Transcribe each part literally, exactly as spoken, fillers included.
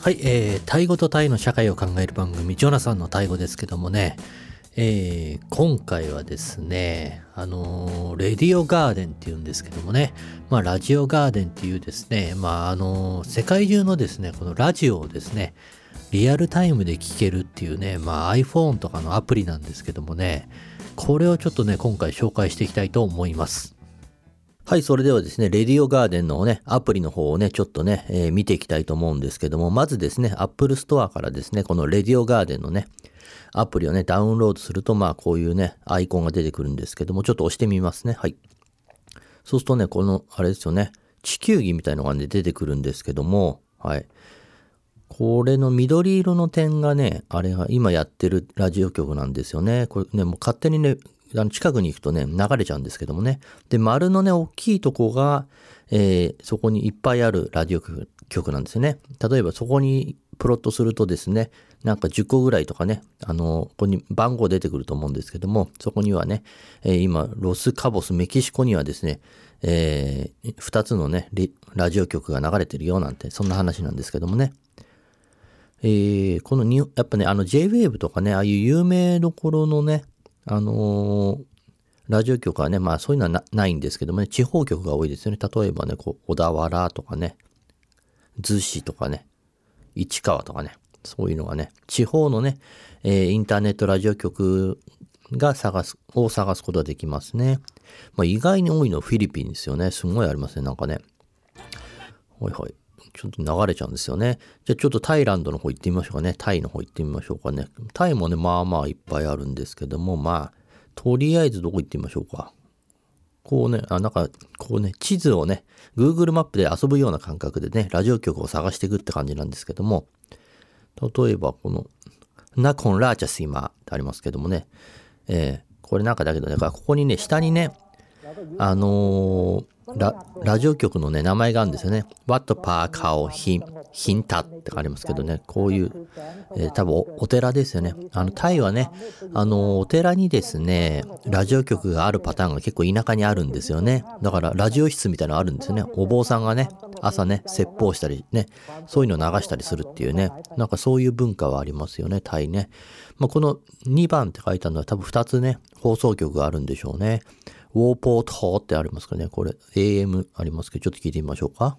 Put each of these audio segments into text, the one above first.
はい、えー、タイ語とタイの社会を考える番組、ジョナサンのタイ語ですけどもね、えー、今回はですね、あのー、レディオガーデンっていうんですけどもね、まあ、ラジオガーデンっていうですね、まあ、あのー、世界中のですね、このラジオをですね、リアルタイムで聞けるっていうね、まあ、iPhone とかのアプリなんですけどもね、これをちょっとね、今回紹介していきたいと思います。はい、それではですね、レディオガーデンのね、アプリの方をね、ちょっとね、えー、見ていきたいと思うんですけども、まずですね、Apple Store からですね、このレディオガーデンのね、アプリをね、ダウンロードすると、まあ、こういうね、アイコンが出てくるんですけども、ちょっと押してみますね。はい。そうするとね、この、あれですよね、地球儀みたいのがね、出てくるんですけども、はい。これの緑色の点がね、あれが今やってるラジオ局なんですよね。これね、もう勝手にね、あの近くに行くとね、流れちゃうんですけどもね。で、丸のね、大きいとこが、えー、そこにいっぱいあるラジオ局、局なんですよね。例えばそこにプロットするとですね、なんかじゅっこぐらいとかね、あの、ここに番号出てくると思うんですけども、そこにはね、えー、今、ロスカボス、メキシコにはですね、えー、ふたつのね、ラジオ局が流れてるよなんて、そんな話なんですけどもね。えー、このに、やっぱね、あの J-ウェーブ とかね、ああいう有名どころのね、あのー、ラジオ局はね、まあそういうのは な, ないんですけどもね、地方局が多いですよね。例えばね、こう、小田原とかね、逗子とかね、市川とかね、そういうのがね、地方のね、えー、インターネットラジオ局が探す、を探すことができますね。まあ意外に多いのはフィリピンですよね。すごいありますね、なんかね。はいはい。ちょっと流れちゃうんですよね。じゃあちょっとタイランドの方行ってみましょうかね。タイの方行ってみましょうかね。タイもね、まあまあいっぱいあるんですけども、まあ、とりあえずどこ行ってみましょうか。こうね、あ、なんか、こうね、地図をね、Google マップで遊ぶような感覚でね、ラジオ局を探していくって感じなんですけども、例えばこの、ナコンラーチャシマってありますけどもね、えー、これなんかだけどね、ここにね、下にね、あのー、ラ, ラジオ局のね、名前があるんですよね。ワットパーカオヒン、ヒンタってありますけどね、こういう、えー、多分 お, お寺ですよね。あの、タイはね、あの、お寺にですね、ラジオ局があるパターンが結構田舎にあるんですよね。だから、ラジオ室みたいなのあるんですよね。お坊さんがね、朝ね、説法したりね、そういうのを流したりするっていうね、なんかそういう文化はありますよね、タイね。まあ、このにばんって書いてあるのは多分ふたつね、放送局があるんでしょうね。ウォーポートってありますかね。これ エーエム ありますけど、ちょっと聞いてみましょうか。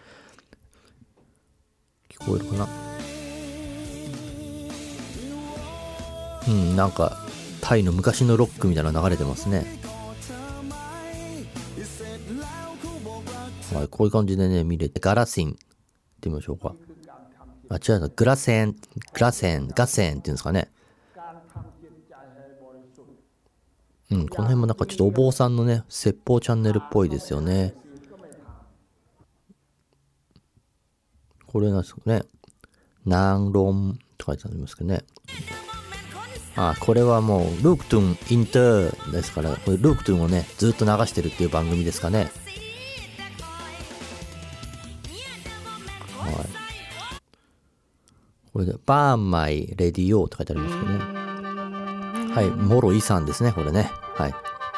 聞こえるかな。うん、なんかタイの昔のロックみたいなの流れてますね。はい、こういう感じでね、見れて、ガラシンってみましょうか。あ、違うな、グラセン、グラセン、ガセンっていうんですかね。うん、この辺もなんかちょっとお坊さんのね、説法チャンネルっぽいですよね。これなんですかね。ナンロンと書いてありますけどね。あ、これはもう、ルークトゥンインターですから、これルークトゥンをね、ずっと流してるっていう番組ですかね。はい。これで、バーンマイレディオって書いてありますけどね。はい、モロイさんですね、これね。はい。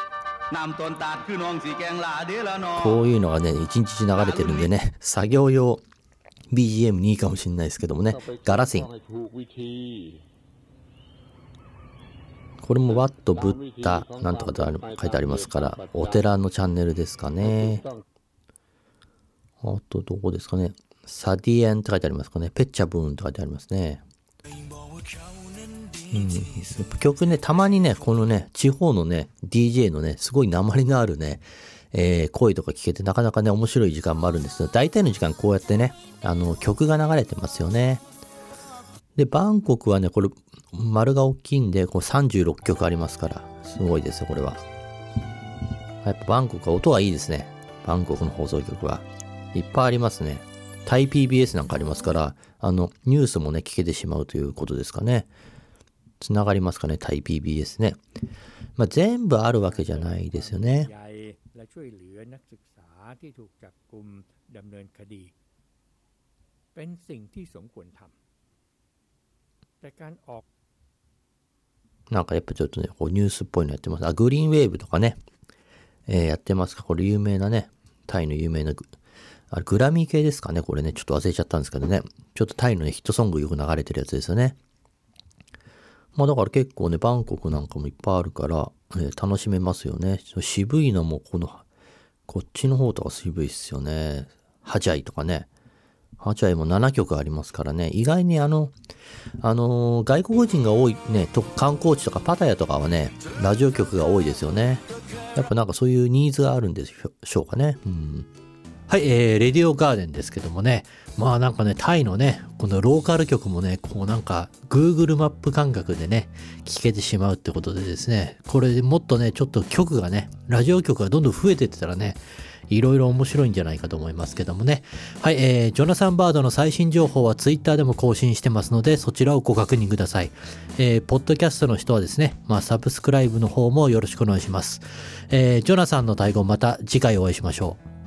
こういうのがね、一日流れてるんでね、作業用 ビージーエム にいいかもしれないですけどもね。ガラシン。これもワットブッダなんとかと書いてありますから、お寺のチャンネルですかね。あとどこですかね。サディエンって書いてありますかね。ペッチャブーンって書いてありますね。うん、曲ね、たまにね、このね、地方のね、ディージェー のね、すごい訛りのあるね、えー、声とか聞けてなかなかね、面白い時間もあるんですけど、大体の時間こうやってね、あの、曲が流れてますよね。で、バンコクはね、これ、丸が大きいんで、こうさんじゅうろっきょくありますから、すごいですよ、これは。やっぱバンコクは音がいいですね。バンコクの放送局は。いっぱいありますね。タイ ピービーエス なんかありますから、あの、ニュースもね、聞けてしまうということですかね。つながりますかね、タイ ピービーエス ね。まあ、全部あるわけじゃないですよね。なんかやっぱちょっとね、こうニュースっぽいのやってます。あ、グリーンウェーブとかね、えー、やってますか。これ有名なね、タイの有名なあれグラミー系ですかね、これね。ちょっと忘れちゃったんですけどね。ちょっとタイのね、ヒットソングよく流れてるやつですよね。まあだから結構ね、バンコクなんかもいっぱいあるから、えー楽しめますよね。渋いのもこの、こっちの方とか渋いっすよね。ハジャイとかね。ハジャイもななきょくありますからね。意外にあの、あのー外国人が多いね、と観光地とかパタヤとかはね、ラジオ局が多いですよね。やっぱなんかそういうニーズがあるんでしょうかね。うん。はい、えー、レディオガーデンですけどもね、まあなんかね、タイのね、このローカル局もね、こうなんか Google マップ感覚でね、聞けてしまうってことでですね、これでもっとね、ちょっと局がね、ラジオ局がどんどん増えていってたらね、いろいろ面白いんじゃないかと思いますけどもね。はい、えー、ジョナサンバードの最新情報は Twitter でも更新してますので、そちらをご確認ください。えー、ポッドキャストの人はですね、まあサブスクライブの方もよろしくお願いします。えー、ジョナサンの対語また次回お会いしましょう。